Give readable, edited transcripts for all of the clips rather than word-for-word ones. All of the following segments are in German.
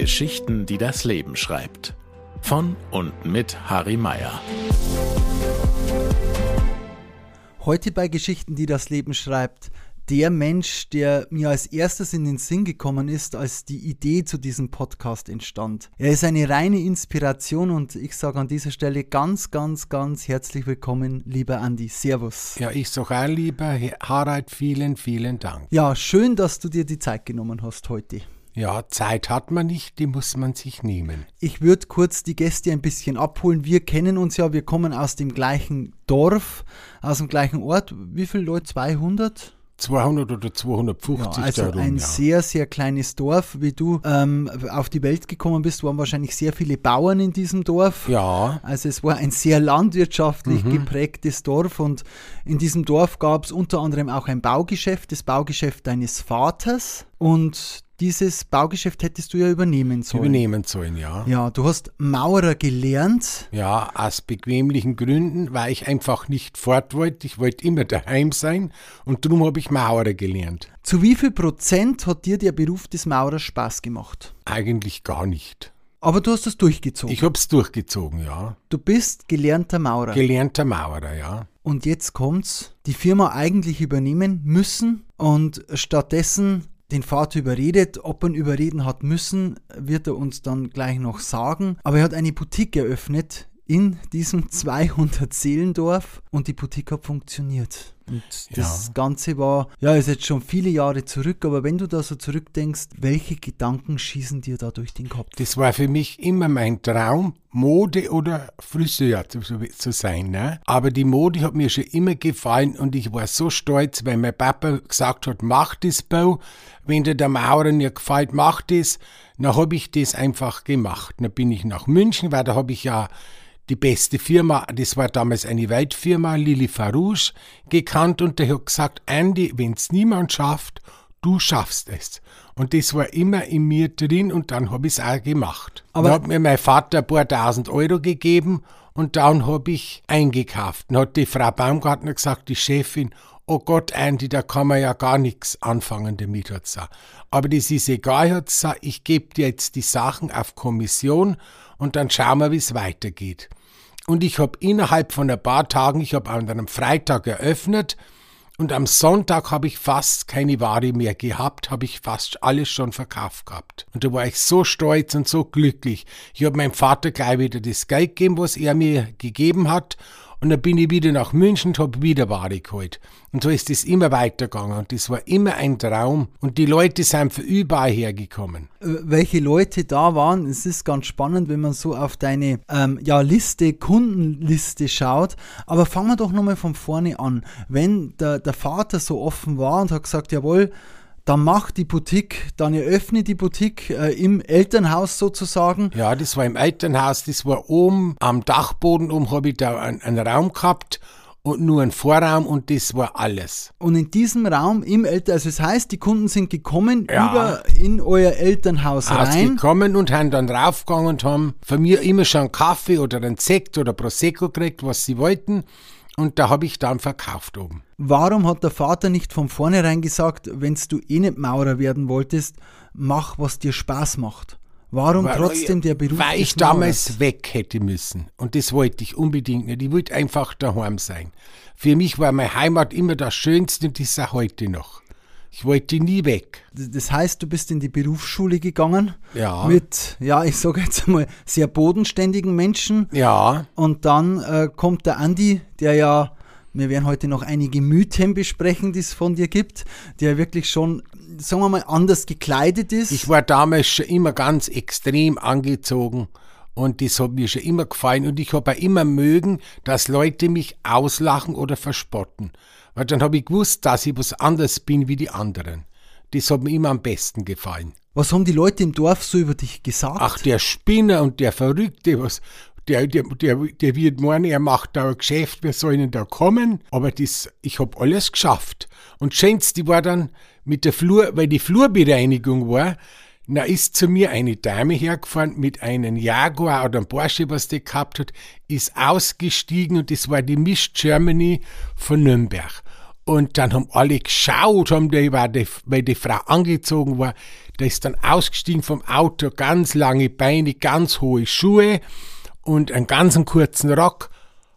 Geschichten, die das Leben schreibt. Von und mit Harry Meyer. Heute bei Geschichten, die das Leben schreibt, der Mensch, der mir als erstes in den Sinn gekommen ist, als die Idee zu diesem Podcast entstand. Er ist eine reine Inspiration und ich sage an dieser Stelle ganz, ganz, ganz herzlich willkommen, lieber Andi. Servus. Ja, ich sage auch, lieber Harald, vielen, vielen Dank. Ja, schön, dass du dir die Zeit genommen hast heute. Ja, Zeit hat man nicht, die muss man sich nehmen. Ich würde kurz die Gäste ein bisschen abholen. Wir kennen uns ja, wir kommen aus dem gleichen Dorf, aus dem gleichen Ort. Wie viele Leute? 200? 200 oder 250 ja, also darum, ein sehr, sehr kleines Dorf. Wie du auf die Welt gekommen bist, waren wahrscheinlich sehr viele Bauern in diesem Dorf. Ja. Also es war ein sehr landwirtschaftlich geprägtes Dorf und in diesem Dorf gab es unter anderem auch ein Baugeschäft, das Baugeschäft deines Vaters, und dieses Baugeschäft hättest du ja übernehmen sollen. Ja. Ja, du hast Maurer gelernt. Ja, aus bequemlichen Gründen, weil ich einfach nicht fort wollte. Ich wollte immer daheim sein und darum habe ich Maurer gelernt. Zu wie viel Prozent hat dir der Beruf des Maurers Spaß gemacht? Eigentlich gar nicht. Aber du hast es durchgezogen. Ich habe es durchgezogen, ja. Du bist gelernter Maurer. Gelernter Maurer, ja. Und jetzt kommt's, die Firma eigentlich übernehmen müssen und stattdessen den Vater überredet. Ob er ihn überreden hat müssen, wird er uns dann gleich noch sagen. Aber er hat eine Boutique eröffnet in diesem 200-Seelendorf und die Boutique hat funktioniert. Und das Ganze war, ist jetzt schon viele Jahre zurück, aber wenn du da so zurückdenkst, welche Gedanken schießen dir da durch den Kopf? Das war für mich immer mein Traum, Mode oder Friseur zu sein. Ne? Aber die Mode hat mir schon immer gefallen und ich war so stolz, weil mein Papa gesagt hat, mach das, Bau, wenn dir der Maurer nicht gefällt, mach das. Dann habe ich das einfach gemacht. Dann bin ich nach München, weil da habe ich ja die beste Firma, das war damals eine Weltfirma, Lili Farouche, gekannt, und der hat gesagt, Andy, wenn's niemand schafft, du schaffst es. Und das war immer in mir drin und dann habe ich es auch gemacht. Aber dann hat mir mein Vater ein paar 1000 Euro gegeben und dann habe ich eingekauft. Dann hat die Frau Baumgartner gesagt, die Chefin, oh Gott, Andy, da kann man ja gar nichts anfangen damit, hat sie gesagt. Aber das ist egal, hat sie gesagt, ich gebe dir jetzt die Sachen auf Kommission und dann schauen wir, wie es weitergeht. Und ich habe innerhalb von ein paar Tagen, ich habe an einem Freitag eröffnet und am Sonntag habe ich fast keine Ware mehr gehabt, habe ich fast alles schon verkauft gehabt. Und da war ich so stolz und so glücklich. Ich habe meinem Vater gleich wieder das Geld gegeben, was er mir gegeben hat. Und dann bin ich wieder nach München und habe wieder Ware geholt. Und so ist es immer weitergegangen. Und das war immer ein Traum. Und die Leute sind von überall hergekommen. Welche Leute da waren, es ist ganz spannend, wenn man so auf deine Kundenliste schaut. Aber fangen wir doch nochmal von vorne an. Wenn der Vater so offen war und hat gesagt, jawohl, dann mach die Boutique, dann eröffne die Boutique im Elternhaus sozusagen. Ja, das war im Elternhaus, das war oben am Dachboden, oben habe ich da einen Raum gehabt und nur einen Vorraum und das war alles. Und in diesem Raum im Elternhaus, also das heißt, die Kunden sind gekommen über in euer Elternhaus rein. Gekommen und haben dann raufgegangen und haben von mir immer schon einen Kaffee oder einen Sekt oder Prosecco gekriegt, was sie wollten. Und da habe ich dann verkauft oben. Warum hat der Vater nicht von vornherein gesagt, wenn du eh nicht Maurer werden wolltest, mach, was dir Spaß macht? Warum trotzdem der Beruf des Maurers? Weil ich damals weg hätte müssen. Und das wollte ich unbedingt nicht. Ich wollte einfach daheim sein. Für mich war meine Heimat immer das Schönste und das ist auch heute noch. Ich wollte nie weg. Das heißt, du bist in die Berufsschule gegangen. Ja. Mit, ich sage jetzt mal, sehr bodenständigen Menschen. Ja. Und dann kommt der Andi, wir werden heute noch einige Mythen besprechen, die es von dir gibt, der wirklich schon, sagen wir mal, anders gekleidet ist. Ich war damals schon immer ganz extrem angezogen und das hat mir schon immer gefallen und ich habe auch immer mögen, dass Leute mich auslachen oder verspotten. Weil dann habe ich gewusst, dass ich was anderes bin wie die anderen. Das hat mir immer am besten gefallen. Was haben die Leute im Dorf so über dich gesagt? Ach, der Spinner und der Verrückte, der wird meinen, er macht da ein Geschäft, wir sollen da kommen. Aber ich habe alles geschafft. Und schönst, die war dann mit der weil die Flurbereinigung war, da ist zu mir eine Dame hergefahren mit einem Jaguar oder einem Porsche, was die gehabt hat, ist ausgestiegen und das war die Miss Germany von Nürnberg. Und dann haben alle geschaut, weil die Frau angezogen war. Da ist dann ausgestiegen vom Auto, ganz lange Beine, ganz hohe Schuhe und einen ganz kurzen Rock.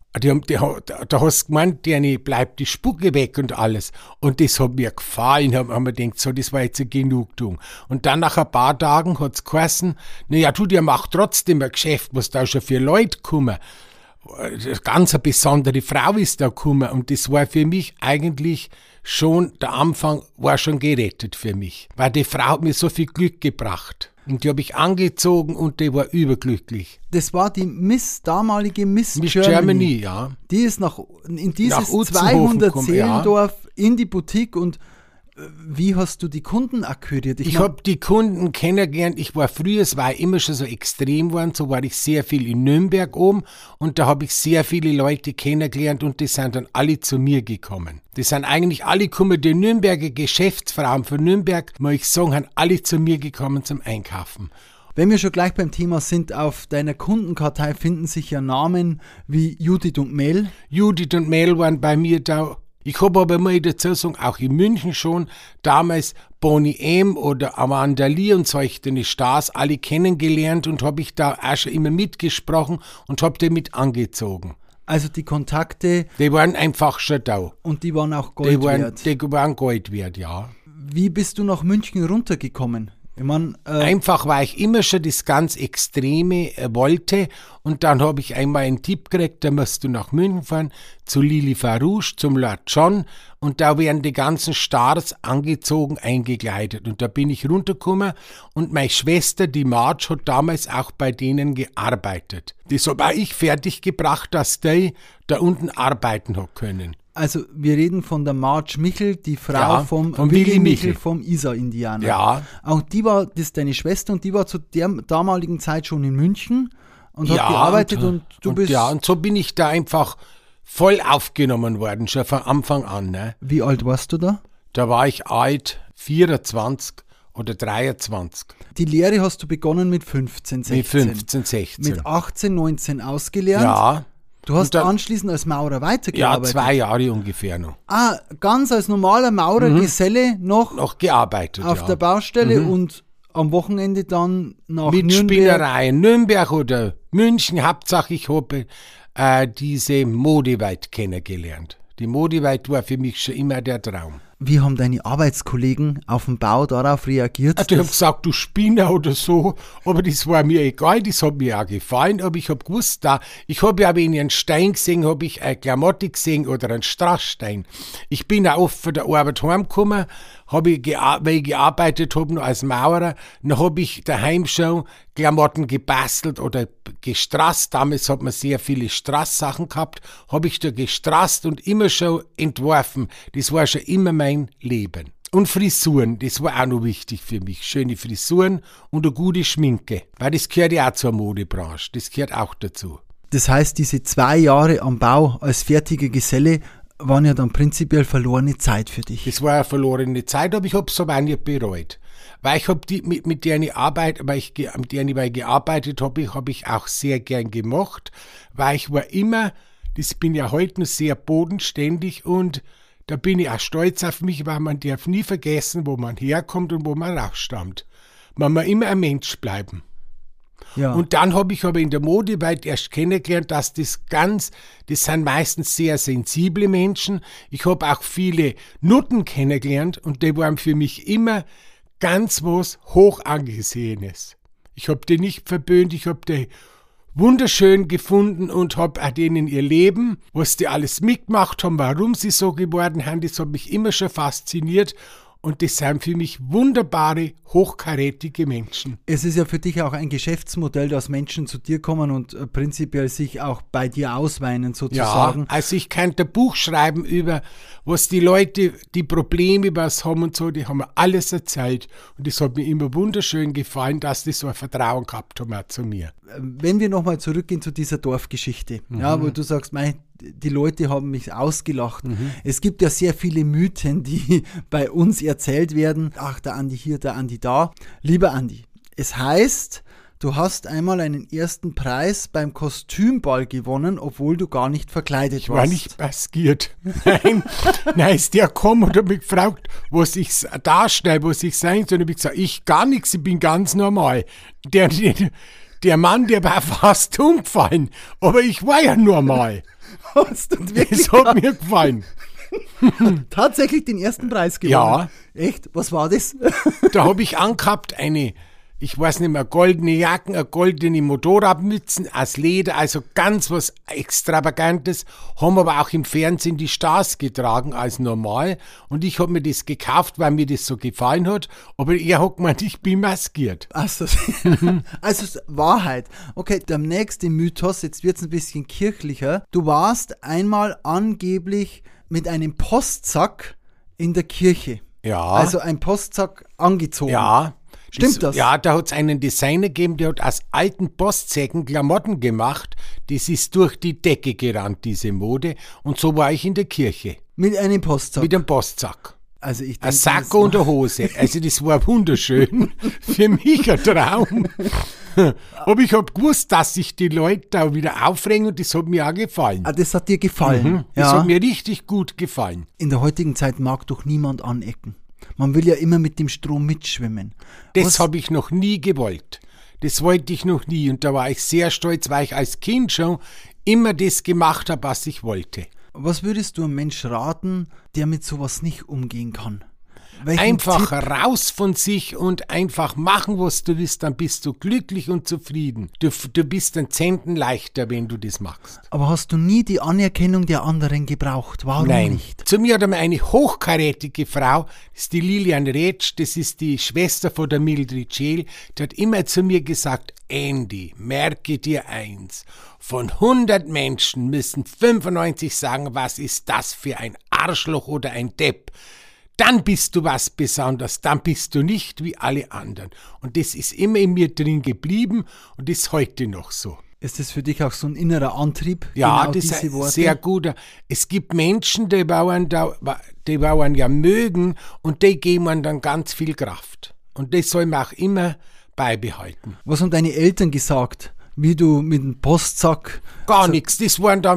Da hast du gemeint, denen bleibt die Spucke weg und alles. Und das hat mir gefallen, haben wir gedacht, so, das war jetzt eine Genugtuung. Und dann nach ein paar Tagen hat es geheißen, naja, der macht trotzdem ein Geschäft, was da schon für Leute kommen. Ganz eine besondere Frau ist da gekommen. Und das war für mich eigentlich schon, der Anfang war schon gerettet für mich. Weil die Frau hat mir so viel Glück gebracht. Und die habe ich angezogen und die war überglücklich. Das war die damalige Miss Germany, ja. Die ist in dieses nach Utzenhofen 200 Seelendorf in die Boutique. Und wie hast du die Kunden akquiriert? Ich habe die Kunden kennengelernt. Ich war früher, es war immer schon so extrem geworden, so war ich sehr viel in Nürnberg oben und da habe ich sehr viele Leute kennengelernt und die sind dann alle zu mir gekommen. Die sind eigentlich alle gekommen, die Nürnberger Geschäftsfrauen von Nürnberg, muss ich sagen, haben alle zu mir gekommen zum Einkaufen. Wenn wir schon gleich beim Thema sind, auf deiner Kundenkartei finden sich ja Namen wie Judith und Mel. Judith und Mel waren bei mir da. Ich habe aber mal dazu sagen, auch in München schon, damals Bonnie M. oder Amanda Lee und solche Stars alle kennengelernt und habe ich da auch schon immer mitgesprochen und habe die mit angezogen. Also die Kontakte... Die waren einfach schon da. Und die waren auch Gold wert? Die waren Gold wert, ja. Wie bist du nach München runtergekommen? Ich mein, einfach, weil ich immer schon das ganz Extreme wollte und dann habe ich einmal einen Tipp gekriegt, da musst du nach München fahren, zu Lili Farouche, zum Lord John und da werden die ganzen Stars angezogen, eingekleidet und da bin ich runtergekommen und meine Schwester, die Marge, hat damals auch bei denen gearbeitet. Das habe auch ich fertig gebracht, dass die da unten arbeiten hat können. Also wir reden von der Marge Michel, die Frau vom Willi Michel vom Isar-Indianer. Ja. Auch das ist deine Schwester und die war zu der damaligen Zeit schon in München und hat gearbeitet und du bist... Ja, und so bin ich da einfach voll aufgenommen worden, schon von Anfang an. Ne? Wie alt warst du da? Da war ich alt, 24 oder 23. Die Lehre hast du begonnen mit 15, 16. Mit 15, 16. Mit 18, 19 ausgelernt. Ja. Du hast dann anschließend als Maurer weitergearbeitet? Ja, 2 Jahre ungefähr noch. Ah, ganz als normaler Maurergeselle noch gearbeitet, auf der Baustelle und am Wochenende dann nach mit Nürnberg. Spinnereien, Nürnberg oder München. Hauptsache ich habe diese Modeweit kennengelernt. Die Modeweit war für mich schon immer der Traum. Wie haben deine Arbeitskollegen auf dem Bau darauf reagiert? Die haben gesagt, du Spinner oder so, aber das war mir egal, das hat mir auch gefallen, aber ich habe gewusst, ich habe ja, wenn ich einen Stein gesehen habe, ich eine Klamotte gesehen oder einen Strassstein. Ich bin auch oft von der Arbeit heimgekommen, weil ich gearbeitet habe noch als Maurer, dann habe ich daheim schon Klamotten gebastelt oder gestrasst, damals hat man sehr viele Strasssachen gehabt, habe ich da gestrasst und immer schon entworfen, das war schon immer mein Leben. Und Frisuren, das war auch noch wichtig für mich. Schöne Frisuren und eine gute Schminke. Weil das gehört ja auch zur Modebranche. Das gehört auch dazu. Das heißt, diese 2 Jahre am Bau als fertiger Geselle waren ja dann prinzipiell verlorene Zeit für dich. Das war eine verlorene Zeit, aber ich habe es aber auch nicht bereut. Weil ich habe mit der ich gearbeitet habe ich auch sehr gern gemacht. Weil ich war immer, das bin ja heute noch sehr bodenständig und da bin ich auch stolz auf mich, weil man darf nie vergessen, wo man herkommt und wo man rausstammt. Man muss immer ein Mensch bleiben. Ja. Und dann habe ich aber in der Modewelt erst kennengelernt, dass das sind meistens sehr sensible Menschen. Ich habe auch viele Nutten kennengelernt und die waren für mich immer ganz was Hochangesehenes. Ich habe die nicht verböhnt, ich habe die wunderschön gefunden und habe auch denen ihr Leben, was die alles mitgemacht haben, warum sie so geworden haben, das hat mich immer schon fasziniert und das sind für mich wunderbare, hochkarätige Menschen. Es ist ja für dich auch ein Geschäftsmodell, dass Menschen zu dir kommen und prinzipiell sich auch bei dir ausweinen sozusagen. Ja, also ich könnte ein Buch schreiben über, was die Leute, die Probleme was haben und so, die haben mir alles erzählt und das hat mir immer wunderschön gefallen, dass die so ein Vertrauen gehabt haben auch zu mir. Wenn wir nochmal zurückgehen zu dieser Dorfgeschichte, ja, wo du sagst, die Leute haben mich ausgelacht. Es gibt ja sehr viele Mythen, die bei uns erzählt werden. Ach, der Andi hier, der Andi da. Lieber Andi, es heißt, du hast einmal einen ersten Preis beim Kostümball gewonnen, obwohl du gar nicht verkleidet warst. Ich war nicht maskiert. Nein, nein, ist der gekommen und hat mich gefragt, was ich darstelle, was ich sein soll. Und ich gesagt, ich gar nichts, ich bin ganz normal. Der Mann, der war fast umgefallen, aber ich war ja normal. Hast du wirklich Das hat mir gefallen. tatsächlich den ersten Preis gewonnen? Ja. Echt? Was war das? Da habe ich angehabt ich weiß nicht mehr, goldene Jacken, eine goldene Motorradmützen aus Leder, also ganz was Extravagantes, haben aber auch im Fernsehen die Stars getragen als normal und ich habe mir das gekauft, weil mir das so gefallen hat, aber er hat gemeint, ich bin maskiert. Also Wahrheit. Okay, der nächste Mythos, jetzt wird es ein bisschen kirchlicher. Du warst einmal angeblich mit einem Postsack in der Kirche. Ja. Also ein Postsack angezogen. Ja. Stimmt das? Ja, da hat es einen Designer gegeben, der hat aus alten Postsäcken Klamotten gemacht. Das ist durch die Decke gerannt, diese Mode. Und so war ich in der Kirche. Mit einem Postsack. Mit einem Postsack. Also ich denke, Ein Sack und eine Hose. Also das war wunderschön. Für mich ein Traum. Aber ich habe gewusst, dass sich die Leute da wieder aufregen und das hat mir auch gefallen. das hat dir gefallen. Das hat mir richtig gut gefallen. In der heutigen Zeit mag doch niemand anecken. Man will ja immer mit dem Strom mitschwimmen. Das habe ich noch nie gewollt. Das wollte ich noch nie. Und da war ich sehr stolz, weil ich als Kind schon immer das gemacht habe, was ich wollte. Was würdest du einem Mensch raten, der mit sowas nicht umgehen kann? Welchen Einfach Tipp? raus von sich und einfach machen, was du willst, dann bist du glücklich und zufrieden. Du bist ein Zenten leichter, wenn du das machst. Aber hast du nie die Anerkennung der anderen gebraucht? Warum Nein. nicht? Zu mir hat einmal eine hochkarätige Frau, das ist die Lilian Rätsch, das ist die Schwester von der Mildred Scheel, die hat immer zu mir gesagt, Andy, merke dir eins, von 100 Menschen müssen 95 sagen, was ist das für ein Arschloch oder ein Depp. Dann bist du was Besonderes, dann bist du nicht wie alle anderen. Und das ist immer in mir drin geblieben und ist heute noch so. Ist das für dich auch so ein innerer Antrieb? Ja, genau das diese ist ein Worte? sehr guter. Es gibt Menschen, die wollen ja mögen und die geben man dann ganz viel Kraft. Und das soll man auch immer beibehalten. Was haben deine Eltern gesagt, wie du mit dem Postsack... Gar nichts. Das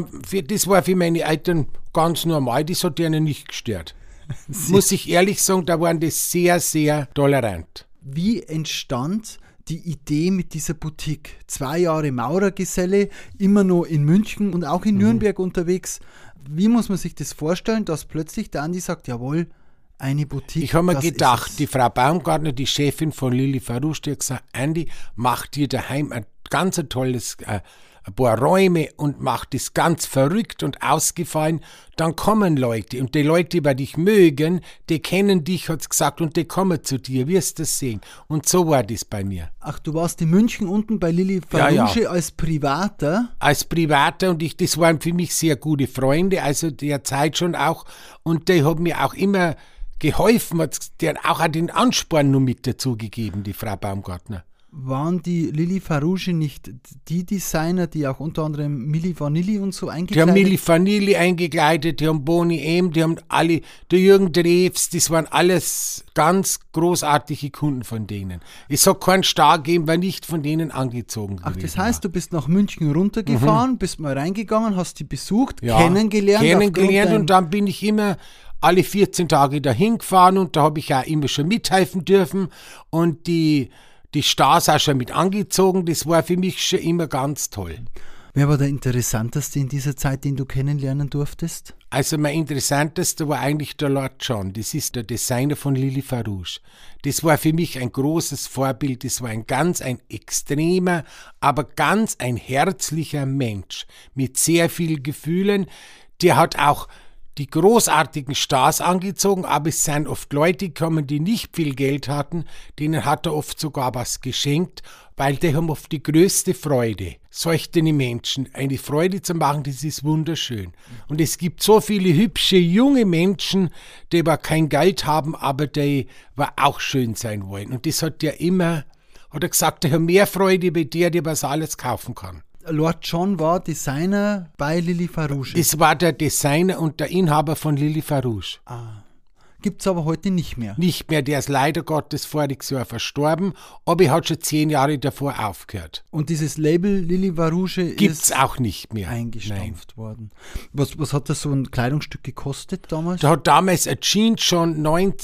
war für meine Eltern ganz normal. Das hat ihnen nicht gestört. Muss ich ehrlich sagen, da waren die sehr, sehr tolerant. Wie entstand die Idee mit dieser Boutique? 2 Jahre Maurergeselle, immer noch in München und auch in Nürnberg unterwegs. Wie muss man sich das vorstellen, dass plötzlich der Andi sagt, jawohl, eine Boutique. Ich habe mir das gedacht, ist es. die Frau Baumgartner, die Chefin von Lili Farouche, die hat gesagt, Andi, mach dir daheim ein ganz tolles, ein paar Räume und mach das ganz verrückt und ausgefallen, dann kommen Leute und die Leute, die dich mögen, die kennen dich, hat's gesagt, und die kommen zu dir, wirst du sehen. Und so war das bei mir. Ach, du warst in München unten bei Lili Farouche Ja. als Privater. Als Privater und das waren für mich sehr gute Freunde, also der Zeit schon auch, und die haben mir auch immer geholfen, die hat auch den Ansporn nur mit dazu gegeben, die Frau Baumgartner. Waren die Lili Farouche nicht die Designer, die auch unter anderem Milli Vanilli und so Die eingekleidet haben Milli Vanilli eingekleidet, die haben Boni M, die haben alle, der Jürgen Drews, das waren alles ganz großartige Kunden von denen. Es hat keinen Star gegeben, weil nicht von denen angezogen Ach, gewesen das heißt, du bist nach München runtergefahren, bist mal reingegangen, hast die besucht, Ja, kennengelernt und dann bin ich immer alle 14 Tage dahin gefahren und da habe ich auch immer schon mithelfen dürfen und die Stars auch schon mit angezogen, das war für mich schon immer ganz toll. Wer war der Interessanteste in dieser Zeit, den du kennenlernen durftest? Also mein Interessantester war eigentlich der Lord John, das ist der Designer von Lili Farouche. Das war für mich ein großes Vorbild, das war ein extremer, aber ganz ein herzlicher Mensch mit sehr vielen Gefühlen. Der hat auch die großartigen Stars angezogen, aber es sind oft Leute gekommen, die nicht viel Geld hatten, denen hat er oft sogar was geschenkt, weil die haben oft die größte Freude, solchen Menschen eine Freude zu machen, das ist wunderschön. Und es gibt so viele hübsche junge Menschen, die aber kein Geld haben, aber die auch schön sein wollen. Und das hat er gesagt, er hat mehr Freude bei der was alles kaufen kann. Lord John war Designer bei Lili Farouche. Das war der Designer und der Inhaber von Lili Farouche. gibt es aber heute nicht mehr. Nicht mehr, der ist leider Gottes voriges Jahr verstorben, aber er hat schon 10 Jahre davor aufgehört. Und dieses Label Lili Varouche Gibt's ist auch nicht mehr. eingestampft worden. Was hat das so ein Kleidungsstück gekostet damals? Da hat damals ein Jeans schon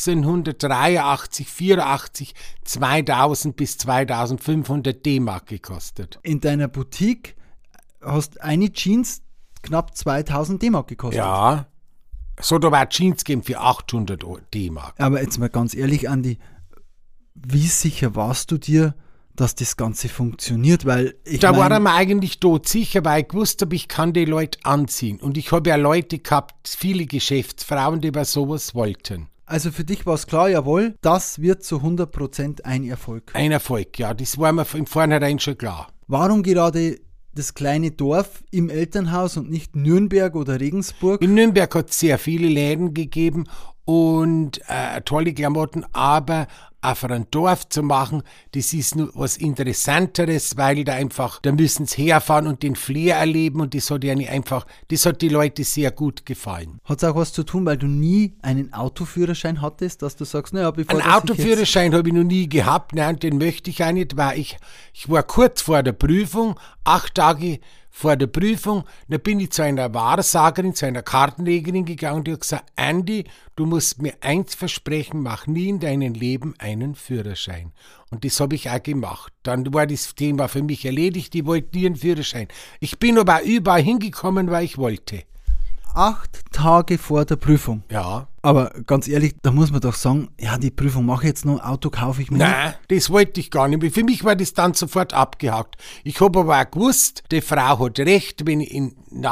1983, 84, 2000 bis 2500 D-Mark gekostet. In deiner Boutique hast eine Jeans knapp 2000 D-Mark gekostet. Ja, so da war Jeans gegeben für 800 D-Mark. Aber jetzt mal ganz ehrlich, Andi, wie sicher warst du dir, dass das Ganze funktioniert? Weil da war er mir eigentlich sicher, weil ich gewusst habe, ich kann die Leute anziehen. Und ich habe ja Leute gehabt, viele Geschäftsfrauen, die bei sowas wollten. Also für dich war es klar, jawohl, das wird zu 100% ein Erfolg. Ein Erfolg, ja, das war mir im Vornherein schon klar. Warum gerade das kleine Dorf im Elternhaus und nicht Nürnberg oder Regensburg? In Nürnberg hat es sehr viele Läden gegeben und tolle Klamotten, aber auch für ein Dorf zu machen, das ist nur was Interessanteres, weil da müssen sie herfahren und den Flair erleben und das hat die Leute sehr gut gefallen. Hat es auch was zu tun, weil du nie einen Autoführerschein hattest, dass du sagst, naja, bevor einen Autoführerschein habe ich noch nie gehabt, nein, und den möchte ich auch nicht, weil ich war kurz vor der Prüfung, 8 Tage vor der Prüfung, da bin ich zu einer Wahrsagerin, zu einer Kartenlegerin gegangen und die hat gesagt, Andi, du musst mir eins versprechen, mach nie in deinem Leben einen Führerschein. Und das habe ich auch gemacht. Dann war das Thema für mich erledigt, ich wollte nie einen Führerschein. Ich bin aber auch überall hingekommen, weil ich wollte. 8 Tage vor der Prüfung. Ja. Aber ganz ehrlich, da muss man doch sagen, ja, die Prüfung mache ich jetzt noch, Auto kaufe ich mir Nein, das wollte ich gar nicht. Für mich war das dann sofort abgehakt. Ich habe aber auch gewusst, die Frau hat recht, wenn ich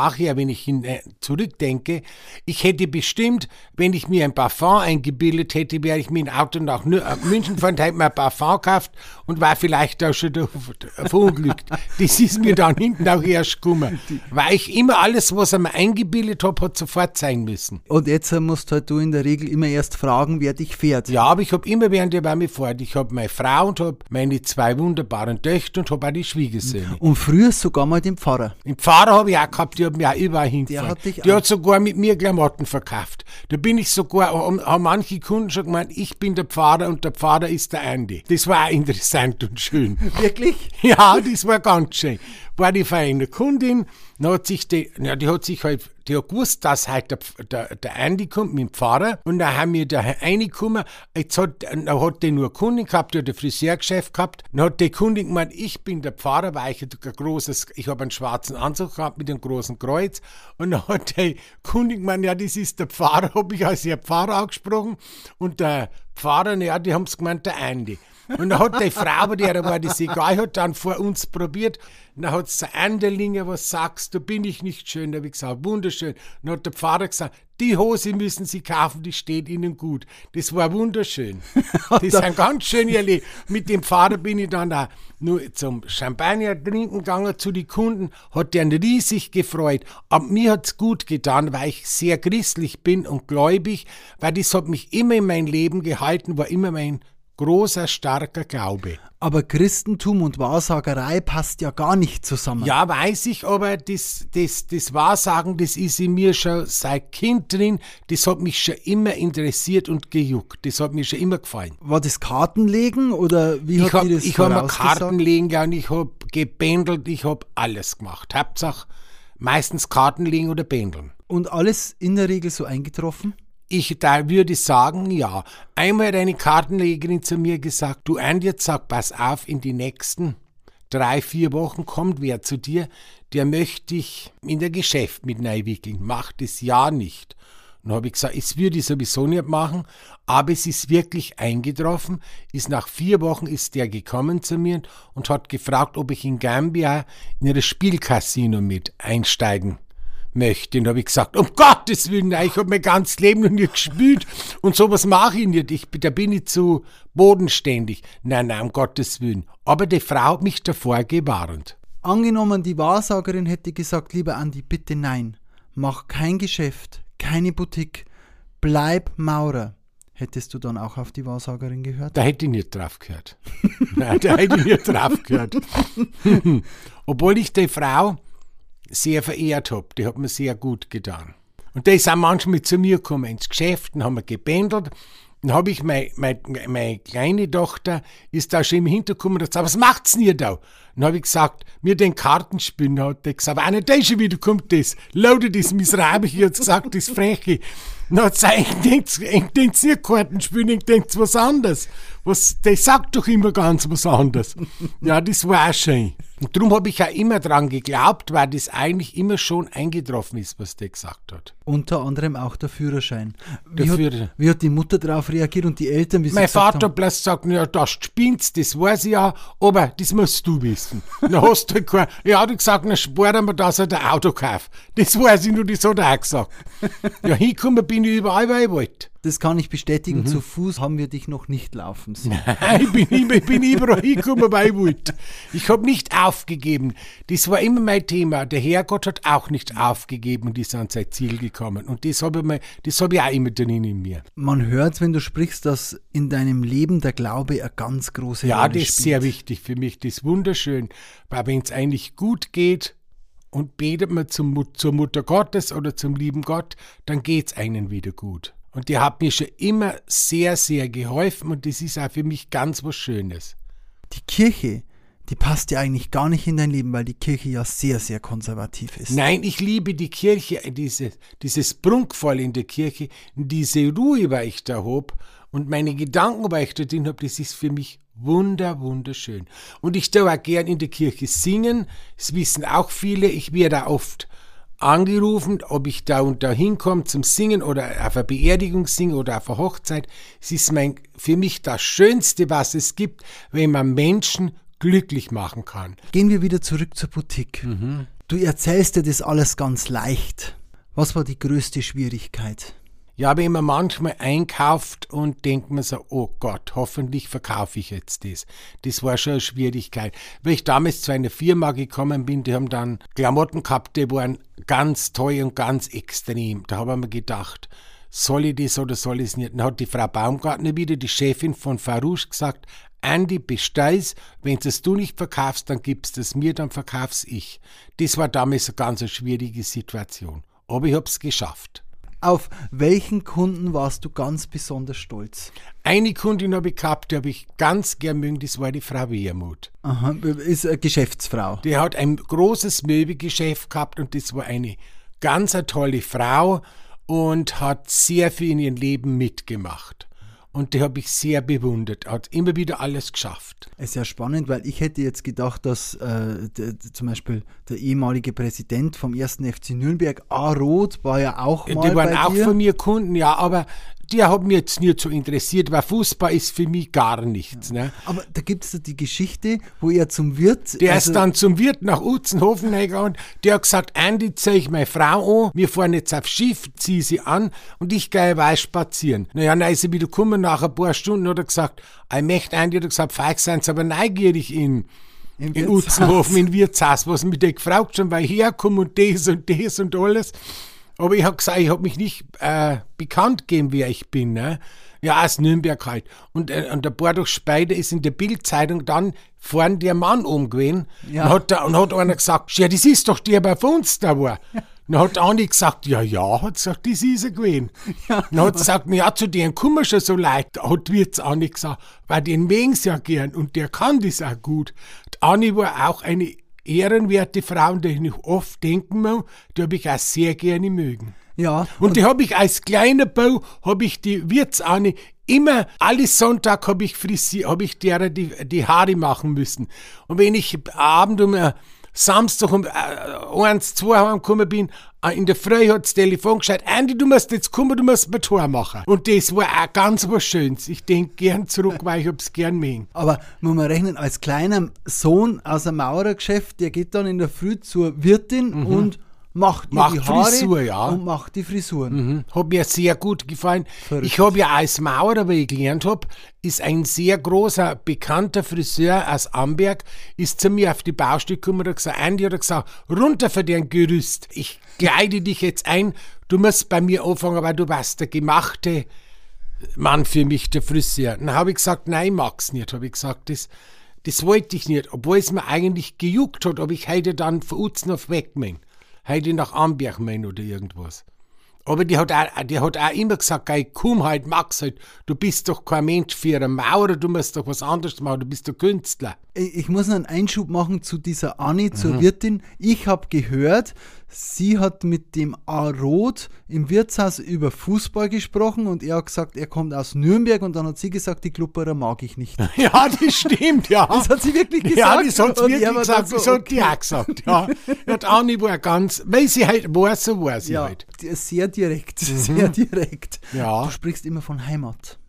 zurückdenke, ich hätte bestimmt, wenn ich mir ein Parfum eingebildet hätte, wäre ich mit dem Auto nach München gefahren, hätte mir ein Parfum gekauft und war vielleicht auch schon verunglückt. Das ist mir dann hinten auch erst gekommen. Weil ich immer alles, was ich mir eingebildet habe, hat sofort sein müssen. Und jetzt musst halt du in der Regel immer erst fragen, wer dich fährt. Ja, aber ich habe immer während der bei mir fährt. Ich habe meine Frau und habe meine 2 wunderbaren Töchter und habe auch die Schwiegersöhne. Und früher sogar mal den Pfarrer. Den Pfarrer habe ich auch gehabt, die hat mich auch überall hingefahren. Die hat sogar mit mir Klamotten verkauft. Da bin ich sogar, haben manche Kunden schon gemeint, ich bin der Pfarrer und der Pfarrer ist der Andi. Das war auch interessant und schön. Wirklich? Ja, das war ganz schön. War die feine Kundin, die hat gewusst, dass halt der Andi kommt mit dem Pfarrer und dann haben wir da reingekommen, dann hat der nur eine Kundin gehabt, die hat ein Friseurgeschäft gehabt, dann hat die Kundin gemeint, ich bin der Pfarrer, weil ich habe einen schwarzen Anzug gehabt mit einem großen Kreuz und dann hat die Kundin gemeint, ja, das ist der Pfarrer, habe ich als der Pfarrer angesprochen und der Pfarrer, ja, die haben es gemeint, der Andi. Und dann hat die Frau, der war das egal, hat dann vor uns probiert. Dann hat sie Anderlinger, was sagst du, bin ich nicht schön? Da habe ich gesagt, wunderschön. Dann hat der Pfarrer gesagt, die Hose müssen Sie kaufen, die steht Ihnen gut. Das war wunderschön. Das sind ganz schön erlebt. Mit dem Pfarrer bin ich dann auch nur zum Champagner trinken gegangen zu den Kunden, hat der riesig gefreut. Aber mir hat es gut getan, weil ich sehr christlich bin und gläubig, weil das hat mich immer in mein Leben gehalten, war immer mein großer, starker Glaube. Aber Christentum und Wahrsagerei passt ja gar nicht zusammen. Ja, weiß ich, aber das Wahrsagen, das ist in mir schon seit Kind drin. Das hat mich schon immer interessiert und gejuckt. Das hat mir schon immer gefallen. War das Kartenlegen oder wie hat die das Ich habe Kartenlegen gelernt, ich habe gebändelt, ich habe alles gemacht. Hauptsache meistens Kartenlegen oder bändeln. Und alles in der Regel so eingetroffen? Da würde ich sagen, ja. Einmal hat eine Kartenlegerin zu mir gesagt, du Andi, jetzt sag, pass auf, in die nächsten 3-4 Wochen kommt wer zu dir, der möchte dich in der Geschäft mit reinwickeln. Mach das ja nicht. Und dann habe ich gesagt, das würde ich sowieso nicht machen, aber es ist wirklich eingetroffen. Nach 4 Wochen ist der gekommen zu mir und hat gefragt, ob ich in Gambia in ihre Spielcasino mit einsteigen möchte. Und habe ich gesagt, um Gottes Willen, ich habe mein ganzes Leben noch nicht gespielt und sowas mache ich nicht. Da bin ich zu bodenständig. Nein, um Gottes Willen. Aber die Frau hat mich davor gewarnt. Angenommen, die Wahrsagerin hätte gesagt, lieber Andi, bitte nein, mach kein Geschäft, keine Boutique, bleib Maurer. Hättest du dann auch auf die Wahrsagerin gehört? Da hätte ich nicht drauf gehört. Nein, da hätte ich nicht drauf gehört. Obwohl ich die Frau sehr verehrt habe. Die hat mir sehr gut getan. Und der ist auch manchmal zu mir gekommen ins Geschäft und haben wir gebändelt. Dann habe ich, meine kleine Tochter ist da schon im Hintergrund und hat gesagt, was macht's denn ihr da? Dann habe ich gesagt, mir den Kartenspielen hat der gesagt, aber der ist schon wieder, kommt das. Lautet das Miserabel, ich jetzt gesagt, das Freche. Dann hat sie eigentlich denkt ihr Kartenspielen, ich denkt was anderes. Der sagt doch immer ganz was anderes. Ja, das war auch schön. Und darum habe ich auch immer dran geglaubt, weil das eigentlich immer schon eingetroffen ist, was der gesagt hat. Unter anderem auch der Führerschein. Wie hat die Mutter darauf reagiert und die Eltern? Wie sie mein Vater haben? bloß sagt, ja, das spinnst, das weiß ich ja, aber das musst du wissen. Dann hast du halt kein, ja, hat gesagt, dann sparen wir, dass er der Auto kauft. Das weiß ich nur, das hat er auch gesagt. Ja, hingekommen bin ich überall, weil ich wollte. Das kann ich bestätigen, zu Fuß haben wir dich noch nicht laufen sehen. Nein, ich bin überall hingekommen, weil ich wollte. Ich habe nicht aufgegeben. Das war immer mein Thema. Der Herrgott hat auch nicht aufgegeben und ist an sein Ziel gekommen. Und das habe ich auch immer drin in mir. Man hört, wenn du sprichst, dass in deinem Leben der Glaube eine ganz große Rolle spielt. Ja, das ist sehr wichtig für mich. Das ist wunderschön. Weil wenn es eigentlich gut geht und betet man zur Mutter Gottes oder zum lieben Gott, dann geht es einem wieder gut. Und die hat mir schon immer sehr, sehr geholfen und das ist auch für mich ganz was Schönes. Die Kirche, die passt ja eigentlich gar nicht in dein Leben, weil die Kirche ja sehr, sehr konservativ ist. Nein, ich liebe die Kirche, dieses Prunkvolle in der Kirche, diese Ruhe, weil ich da habe und meine Gedanken, weil ich da drin habe, das ist für mich wunderschön. Und ich darf auch gern in der Kirche singen, das wissen auch viele, ich werde auch oft angerufen, ob ich da und da hinkomme zum Singen oder auf einer Beerdigung singe oder auf einer Hochzeit. Es ist für mich das Schönste, was es gibt, wenn man Menschen glücklich machen kann. Gehen wir wieder zurück zur Boutique. Du erzählst dir das alles ganz leicht. Was war die größte Schwierigkeit? Ja, wenn man manchmal einkauft und denkt man so, oh Gott, hoffentlich verkaufe ich jetzt das. Das war schon eine Schwierigkeit. Weil ich damals zu einer Firma gekommen bin, die haben dann Klamotten gehabt, die waren ganz teuer und ganz extrem. Da habe ich mir gedacht, soll ich das oder soll ich es nicht? Dann hat die Frau Baumgartner wieder, die Chefin von Farouche, gesagt, Andi, bestell's, wenn es du nicht verkaufst, dann gibst es mir, dann verkauf's ich. Das war damals eine ganz schwierige Situation. Aber ich hab's geschafft. Auf welchen Kunden warst du ganz besonders stolz? Eine Kundin habe ich gehabt, die habe ich ganz gern mögen, das war die Frau Wehrmuth. Aha, ist eine Geschäftsfrau. Die hat ein großes Möbelgeschäft gehabt und das war eine ganz tolle Frau und hat sehr viel in ihrem Leben mitgemacht. Und die habe ich sehr bewundert. Hat immer wieder alles geschafft. Es ist ja spannend, weil ich hätte jetzt gedacht, dass zum Beispiel der ehemalige Präsident vom 1. FC Nürnberg, A. Roth, war ja auch mal bei dir. Die waren auch von mir Kunden, ja, aber die haben mich jetzt nicht so interessiert, weil Fußball ist für mich gar nichts. Ja. Ne? Aber da gibt es die Geschichte, wo er zum Wirt... Der ist dann zum Wirt nach Utzenhofen gegangen, der hat gesagt, Andi, zieh ich meine Frau an, wir fahren jetzt aufs Schiff, zieh sie an und ich gehe weiß spazieren. Naja, dann ist er wieder gekommen, nach ein paar Stunden hat er gesagt, ich möchte, Andi, hat er gesagt, vielleicht seien sie aber neugierig in Utzenhofen, in Wirtshaus, was mich der gefragt schon, weil ich herkomme und das und alles. Aber ich habe gesagt, ich habe mich nicht bekannt gegeben, wer ich bin. Ne? Ja, aus Nürnberg halt. Und ein paar Tage später ist in der Bildzeitung dann vorne der Mann umgewesen. Ja. Und hat einer gesagt, ja, das ist doch der, der bei uns da war. Ja. Dann hat Andi gesagt, ja, hat gesagt, das ist er gewesen. Ja. Dann hat er gesagt, ja, zu denen kommen schon so Leute. Hat Wirtz Andi gesagt, weil den mögen sie ja gern und der kann das auch gut. Und Andi war auch eine ehrenwerte Frau, an die ich oft denken muss, die habe ich auch sehr gerne mögen. Ja. Und die habe ich als kleiner Bau, habe ich die Wirtsanne immer, alle Sonntag habe ich derer die Haare machen müssen. Und wenn ich Abend Samstag um 1, 2 heimgekommen bin, in der Früh hat das Telefon gesagt, Andi, du musst jetzt kommen, du musst mir Tor machen. Und das war auch ganz was Schönes. Ich denke gern zurück, weil ich hab's gern mögen. Aber muss man rechnen, als kleiner Sohn aus einem Maurergeschäft, der geht dann in der Früh zur Wirtin und macht die Haare Frisur, ja. Und macht die Frisuren. Hat mir sehr gut gefallen. Verrückt. Ich habe ja als Maurer, weil ich gelernt habe, ist ein sehr großer, bekannter Friseur aus Amberg, ist zu mir auf die Baustelle gekommen und hat gesagt, Andi, hat er gesagt, runter von dem Gerüst. Ich kleide dich jetzt ein, du musst bei mir anfangen, weil du warst der gemachte Mann für mich, der Friseur. Dann habe ich gesagt, nein, ich mag's nicht. Habe ich gesagt, das wollte ich nicht, obwohl es mir eigentlich gejuckt hat, aber ich hätte dann von Utzenhof weg mein. Heute nach Amberg mein oder irgendwas. Aber die hat auch immer gesagt, gell, komm halt, mach's halt. Du bist doch kein Mensch für einen Maurer, du musst doch was anderes machen, du bist doch Künstler. Ich muss noch einen Einschub machen zu dieser Anni, zur Wirtin. Ich habe gehört, sie hat mit dem A. Roth im Wirtshaus über Fußball gesprochen und er hat gesagt, er kommt aus Nürnberg und dann hat sie gesagt, die Klubberer mag ich nicht. Ja, das stimmt, ja. Das hat sie wirklich gesagt. Ja, das hat sie Und wirklich er war dann gesagt, das hat die auch gesagt, ja. Ja, die Anni war ganz, weil sie halt war, so war sie Ja, halt. sehr direkt, sehr direkt. Ja. Du sprichst immer von Heimat.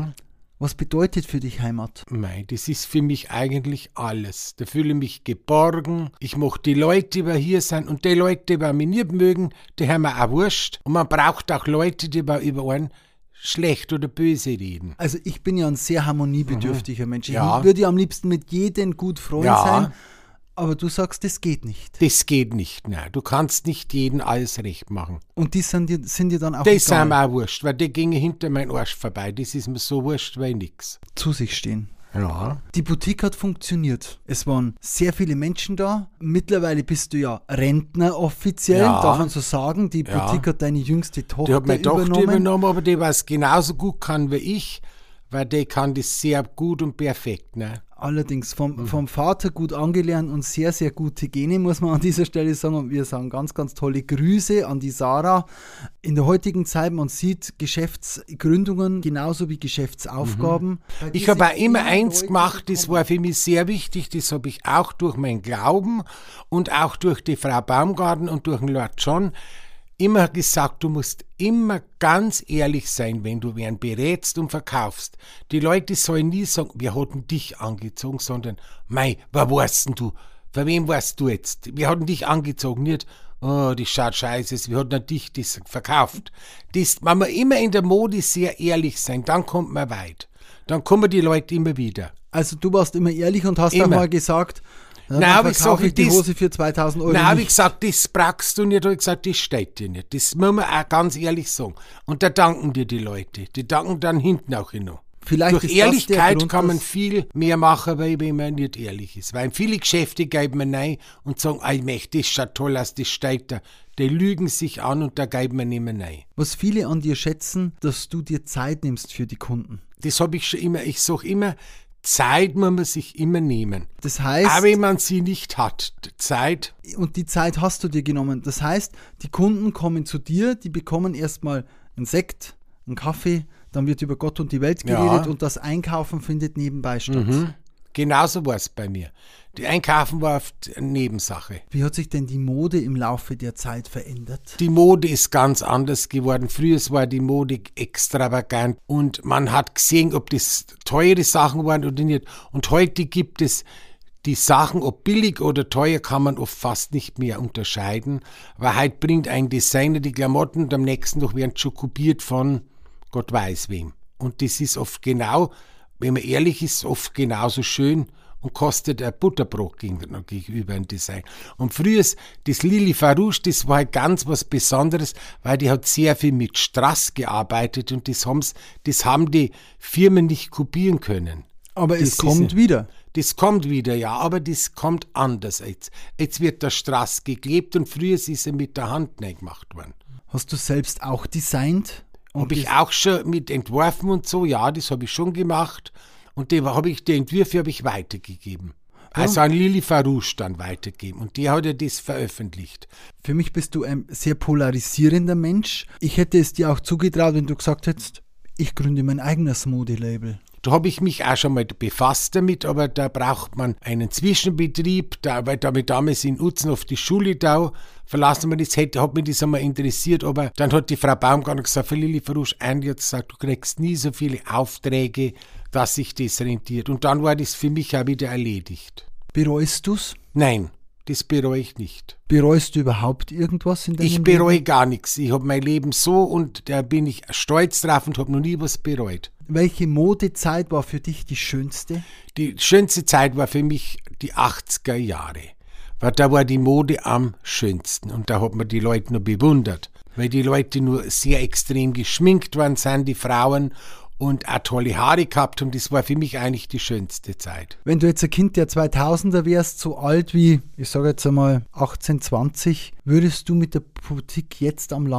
Was bedeutet für dich Heimat? Mei, das ist für mich eigentlich alles. Da fühle ich mich geborgen. Ich mag die Leute, die hier sind. Und die Leute, die mich nicht mögen, die haben mir auch wurscht. Und man braucht auch Leute, die über einen schlecht oder böse reden. Also ich bin ja ein sehr harmoniebedürftiger Mensch. Ich Ja. würde ja am liebsten mit jedem gut Freund Ja. sein. Aber du sagst, das geht nicht. Das geht nicht, nein. Du kannst nicht jedem alles recht machen. Und die sind dir dann auch Das sind egal. mir auch wurscht, weil die gingen hinter meinen Arsch vorbei. Das ist mir so wurscht, weil nix. Zu sich stehen. Ja. Die Boutique hat funktioniert. Es waren sehr viele Menschen da. Mittlerweile bist du ja Rentner offiziell, Ja. darf man so sagen. Die Ja. Boutique hat deine jüngste Tochter Die hat meine Tochter übernommen. übernommen, aber die was genauso gut kann wie ich, weil die kann das sehr gut und perfekt, ne? Allerdings vom Vater gut angelernt und sehr, sehr gute Gene, muss man an dieser Stelle sagen. Und wir sagen ganz, ganz tolle Grüße an die Sarah. In der heutigen Zeit, man sieht Geschäftsgründungen genauso wie Geschäftsaufgaben. Ich habe auch immer eins gemacht, das war für mich sehr wichtig, das habe ich auch durch meinen Glauben und auch durch die Frau Baumgarten und durch den Lord John immer gesagt, du musst immer ganz ehrlich sein, wenn du wen berätst und verkaufst. Die Leute sollen nie sagen, wir hatten dich angezogen, sondern, mei, wer warst denn du? Für wen warst du jetzt? Wir hatten dich angezogen, nicht, oh, das schaut scheiße aus, wir hatten dich das verkauft. Man muss immer in der Mode sehr ehrlich sein, dann kommt man weit. Dann kommen die Leute immer wieder. Also du warst immer ehrlich und hast Immer. auch mal gesagt, Nein, dann aber ich verkaufe sage, ich die das- Hose für 2.000 Euro Nein, habe ich nicht. gesagt, das brauchst du nicht. Habe ich gesagt, das steht dir nicht. Das muss man auch ganz ehrlich sagen. Und da danken dir die Leute. Die danken dann hinten auch noch. Vielleicht Durch ist das der Ehrlichkeit Grund, kann man dass- viel mehr machen, weil wenn man nicht ehrlich ist. Weil in viele Geschäfte geben man rein und sagen, das schaut toll aus, das steht da. Die lügen sich an und da geben wir nicht mehr rein. Was viele an dir schätzen, dass du dir Zeit nimmst für die Kunden. Das habe ich schon immer. Ich sage immer, Zeit muss man sich immer nehmen. Das heißt, Auch wenn man sie nicht hat. Zeit. und die Zeit hast du dir genommen. Das heißt, die Kunden kommen zu dir, die bekommen erstmal einen Sekt, einen Kaffee, dann wird über Gott und die Welt geredet Ja. und das Einkaufen findet nebenbei statt. Genauso war es bei mir. Die Einkaufen war oft eine Nebensache. Wie hat sich denn die Mode im Laufe der Zeit verändert? Die Mode ist ganz anders geworden. Früher war die Mode extravagant und man hat gesehen, ob das teure Sachen waren oder nicht. Und heute gibt es die Sachen, ob billig oder teuer, kann man oft fast nicht mehr unterscheiden. Weil heute bringt ein Designer die Klamotten und am nächsten Tag werden schon kopiert von Gott weiß wem. Und das ist oft genau, wenn man ehrlich ist, oft genauso schön und kostet ein Butterbrot gegenüber ein Design. Und früher, das Lili Farouche, das war halt ganz was Besonderes, weil die hat sehr viel mit Strass gearbeitet und das haben die Firmen nicht kopieren können. Aber Das es kommt ist- wieder. Das kommt wieder, ja, aber das kommt anders jetzt. Jetzt wird der Strass geklebt und früher ist er mit der Hand nicht gemacht worden. Hast du selbst auch designt? Habe ich auch schon mit entworfen und so, ja, das habe ich schon gemacht. Und die Entwürfe habe ich weitergegeben. Also an Lili Farouche dann weitergegeben. Und die hat ja das veröffentlicht. Für mich bist du ein sehr polarisierender Mensch. Ich hätte es dir auch zugetraut, wenn du gesagt hättest, ich gründe mein eigenes Modelabel. Da habe ich mich auch schon mal befasst damit, aber da braucht man einen Zwischenbetrieb, weil damals in Utzen auf die Schule da verlassen wir das, hat mich das einmal interessiert, aber dann hat die Frau Baumgartner gesagt, für Lili Farouche hat gesagt, du kriegst nie so viele Aufträge, dass sich das rentiert. Und dann war das für mich auch wieder erledigt. Bereust du's? Nein, das bereue ich nicht. Bereust du überhaupt irgendwas in deinem Ich bereue gar nichts. Ich habe mein Leben so und da bin ich stolz drauf und habe noch nie was bereut. Welche Modezeit war für dich die schönste? Die schönste Zeit war für mich die 80er Jahre. Weil da war die Mode am schönsten und da hat man die Leute nur bewundert. Weil die Leute nur sehr extrem geschminkt waren, sind die Frauen und auch tolle Haare gehabt und das war für mich eigentlich die schönste Zeit. Wenn du jetzt ein Kind der 2000er wärst, so alt wie, ich sage jetzt einmal 18, 20, würdest du mit der Boutique jetzt am Land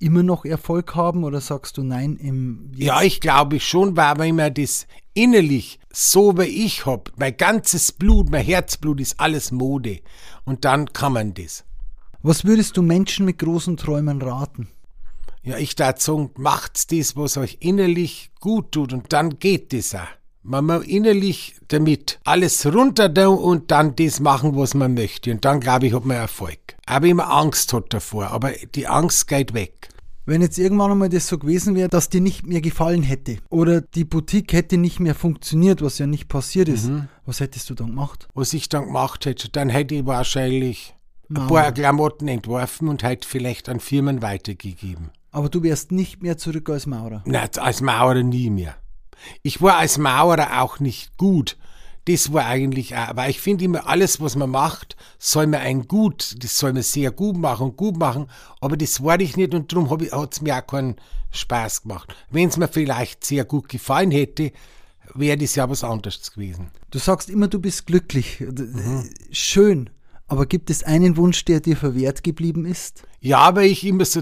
immer noch Erfolg haben oder sagst du nein Ja, ich glaube schon, weil wenn man das innerlich so wie ich habe, mein ganzes Blut, mein Herzblut ist alles Mode und dann kann man das. Was würdest du Menschen mit großen Träumen raten? Ja, ich darf sagen, macht's das, was euch innerlich gut tut und dann geht das auch. Man muss innerlich damit alles runter tun und dann das machen, was man möchte. Und dann, glaube ich, hat man Erfolg. Auch wenn man Angst hat davor, aber die Angst geht weg. Wenn jetzt irgendwann einmal das so gewesen wäre, dass dir nicht mehr gefallen hätte oder die Boutique hätte nicht mehr funktioniert, was ja nicht passiert ist, was hättest du dann gemacht? Was ich dann gemacht hätte, dann hätte ich wahrscheinlich ein paar Klamotten entworfen und hätte vielleicht an Firmen weitergegeben. Aber du wärst nicht mehr zurück als Maurer? Nein, als Maurer nie mehr. Ich war als Maurer auch nicht gut. Das war eigentlich auch, weil ich finde immer, alles, was man macht, soll man das soll man sehr gut machen, aber das war ich nicht und darum hat es mir auch keinen Spaß gemacht. Wenn es mir vielleicht sehr gut gefallen hätte, wäre das ja was anderes gewesen. Du sagst immer, du bist glücklich. Schön. Aber gibt es einen Wunsch, der dir verwehrt geblieben ist? Ja, weil ich immer so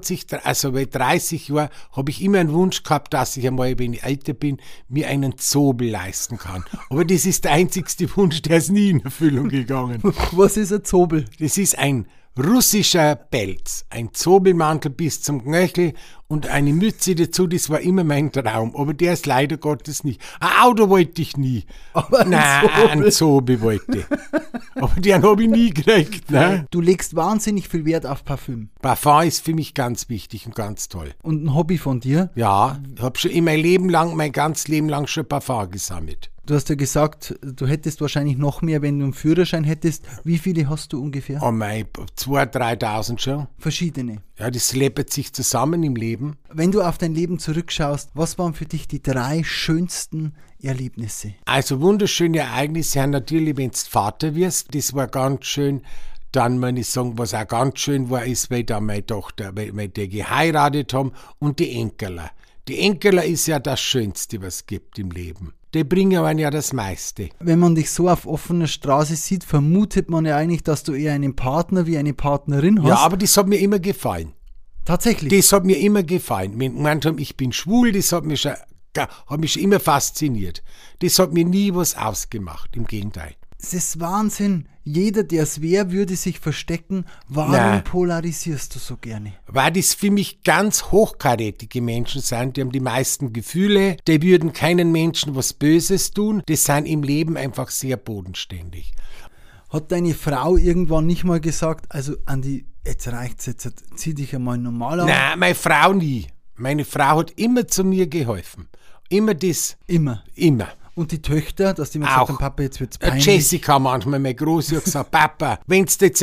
30 Jahre habe ich immer einen Wunsch gehabt, dass ich einmal, wenn ich älter bin, mir einen Zobel leisten kann. Aber das ist der einzigste Wunsch, der ist nie in Erfüllung gegangen. Was ist ein Zobel? Das ist ein russischer Pelz, ein Zobelmantel bis zum Knöchel und eine Mütze dazu, das war immer mein Traum, aber der ist leider Gottes nicht. Ein Auto wollte ich nie. Aber ein Zobel wollte ich. Aber den habe ich nie gekriegt. Ne? Du legst wahnsinnig viel Wert auf Parfüm. Parfum ist für mich ganz wichtig und ganz toll. Und ein Hobby von dir? Ja, ich habe schon mein ganzes Leben lang schon Parfum gesammelt. Du hast ja gesagt, du hättest wahrscheinlich noch mehr, wenn du einen Führerschein hättest. Wie viele hast du ungefähr? Oh mein, 2.000, 3.000 schon. Verschiedene. Ja, das läppert sich zusammen im Leben. Wenn du auf dein Leben zurückschaust, was waren für dich die 3 schönsten Erlebnisse? Also wunderschöne Ereignisse sind natürlich, wenn du Vater wirst. Das war ganz schön. Dann muss ich sagen, was auch ganz schön war, ist, weil da meine Tochter, weil die geheiratet haben und die Enkeler. Die Enkeler ist ja das Schönste, was es gibt im Leben. Die bringen einem ja das meiste. Wenn man dich so auf offener Straße sieht, vermutet man ja eigentlich, dass du eher einen Partner wie eine Partnerin hast. Ja, aber das hat mir immer gefallen. Tatsächlich? Das hat mir immer gefallen. Wenn gemeint haben, ich bin schwul, das hat mich schon immer fasziniert. Das hat mir nie was ausgemacht, im Gegenteil. Es ist Wahnsinn. Jeder, der es wäre, würde sich verstecken. Warum polarisierst du so gerne? Weil das für mich ganz hochkarätige Menschen sind, die haben die meisten Gefühle, die würden keinen Menschen was Böses tun, die sind im Leben einfach sehr bodenständig. Hat deine Frau irgendwann nicht mal gesagt, also Andi, jetzt reicht's, jetzt zieh dich einmal normal an? Nein, meine Frau nie. Meine Frau hat immer zu mir geholfen. Immer das. Immer? Immer. Und die Töchter, dass die mir gesagt haben, Papa, jetzt wird's peinlich. Jessica manchmal, meine Große, hat gesagt, Papa, wenn's jetzt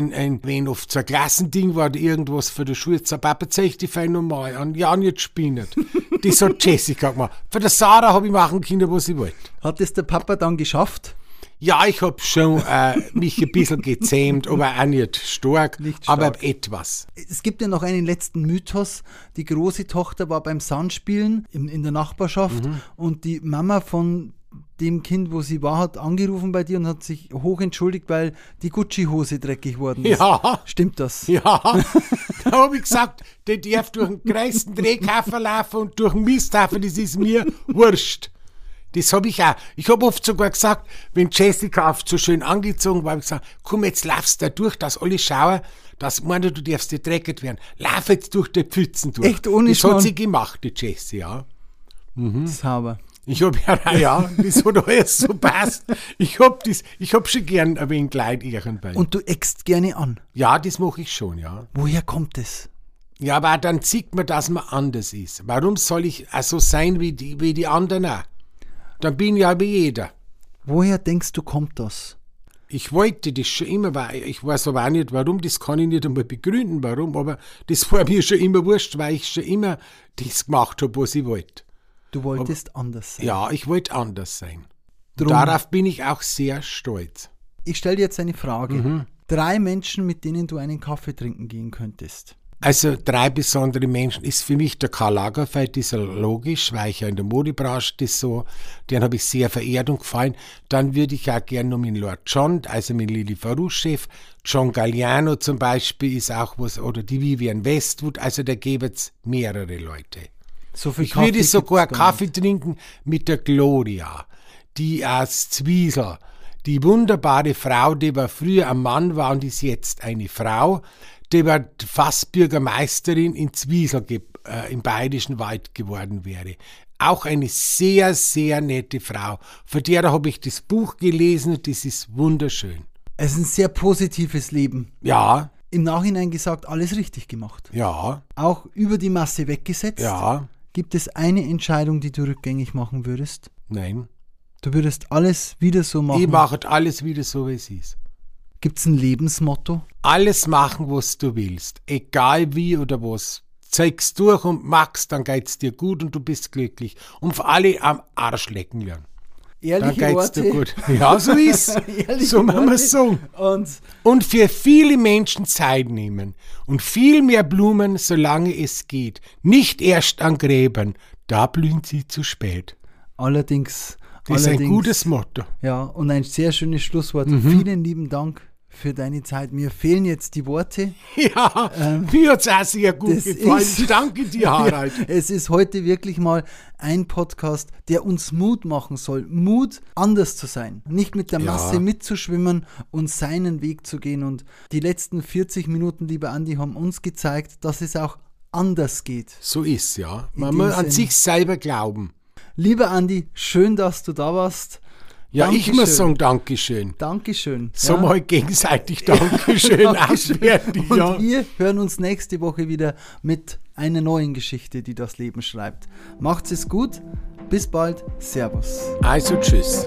wenn oft so ein Klassending war, oder irgendwas für die Schule, sagt, Papa, zeig dich fein normal an, ja, nicht spinnen. Das hat Jessica gemacht. Für die Sarah habe ich machen können, was ich wollte. Hat es der Papa dann geschafft? Ja, ich habe schon mich ein bisschen gezähmt, aber auch nicht stark, aber etwas. Es gibt ja noch einen letzten Mythos. Die große Tochter war beim Sandspielen in der Nachbarschaft und die Mama von dem Kind, wo sie war, hat angerufen bei dir und hat sich hoch entschuldigt, weil die Gucci-Hose dreckig worden ist. Ja. Stimmt das? Ja, da habe ich gesagt, der darf durch den größten Drehkaffer laufen und durch den Misthaufen, das ist mir wurscht. Das habe ich auch. Ich habe oft sogar gesagt, wenn Jessica oft so schön angezogen war, habe ich gesagt, komm, jetzt laufst du da durch, dass alle schauen, dass du darfst nicht dreckig werden. Lauf jetzt durch die Pfützen durch. Echt ohne Das Schmarrn? hat sie gemacht, die Jessie, ja. Sauber. Ich habe ja, das hat alles so passt. Ich hab schon gern ein wenig Kleid irgendwann. Und du eckst gerne an? Ja, das mache ich schon, ja. Woher kommt es? Ja, aber dann sieht man, dass man anders ist. Warum soll ich so sein wie die anderen auch? Dann bin ich ja wie jeder. Woher denkst du, kommt das? Ich wollte das schon immer, weil ich weiß aber auch nicht warum, das kann ich nicht einmal begründen, warum, aber das war mir schon immer wurscht, weil ich schon immer das gemacht habe, was ich wollte. Du wolltest anders sein? Ja, ich wollte anders sein. Drum, darauf bin ich auch sehr stolz. Ich stelle dir jetzt eine Frage. 3 Menschen, mit denen du einen Kaffee trinken gehen könntest. Also 3 besondere Menschen ist für mich der Karl Lagerfeld, das ist ja logisch, weil ich ja in der Modebranche das so, den habe ich sehr verehrt und gefallen. Dann würde ich auch gerne noch mit Lord John, also mit Lily Farouche-Chef, John Galliano zum Beispiel ist auch was, oder die Vivienne Westwood, also da gäbe es mehrere Leute. So viel Ich Kaffee würde sogar gibt's gar Kaffee trinken mit der Gloria, die aus Zwiesel, die wunderbare Frau, die aber früher ein Mann war und ist jetzt eine Frau, die war fast Bürgermeisterin in Zwiesel im Bayerischen Wald geworden wäre. Auch eine sehr, sehr nette Frau. Von der habe ich das Buch gelesen und das ist wunderschön. Es ist ein sehr positives Leben. Ja, Im Nachhinein gesagt, alles richtig gemacht. ja, Auch über die Masse weggesetzt. ja, Gibt es eine Entscheidung, die du rückgängig machen würdest? nein. Du würdest alles wieder so machen. Ich mache alles wieder so, wie es ist. Gibt es ein Lebensmotto? Alles machen, was du willst. Egal wie oder was. Zeig's durch und machst, dann geht's dir gut und du bist glücklich. Und für alle am Arsch lecken lernen. Dann Ehrliche geht's Worte. dir gut. Ja, so ist Ehrliche so machen wir Worte. es so. Und für viele Menschen Zeit nehmen. Und viel mehr Blumen, solange es geht. Nicht erst an Gräbern. Da blühen sie zu spät. Allerdings. Das ist ein gutes Motto. Ja, und ein sehr schönes Schlusswort. Vielen lieben Dank für deine Zeit. Mir fehlen jetzt die Worte. Ja, mir hat's auch sehr gut das gefallen. ist- Danke dir, Harald. Ja, es ist heute wirklich mal ein Podcast, der uns Mut machen soll. Mut, anders zu sein. Nicht mit der Ja. Masse mitzuschwimmen und seinen Weg zu gehen. Und die letzten 40 Minuten, lieber Andi, haben uns gezeigt, dass es auch anders geht. So ist ja. In Man dem muss an Sinn. sich selber glauben. Lieber Andi, schön, dass du da warst. Ja, ich Dankeschön. muss sagen, Dankeschön. Dankeschön. So Ja. mal gegenseitig Dankeschön auswerten. Und Ja. wir hören uns nächste Woche wieder mit einer neuen Geschichte, die das Leben schreibt. Macht's es gut. Bis bald. Servus. Also tschüss.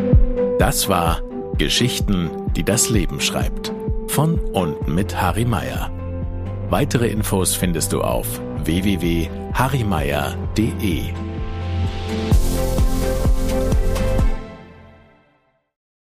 Das war Geschichten, die das Leben schreibt. Von und mit Harry Meyer. Weitere Infos findest du auf www.harrymeier.de.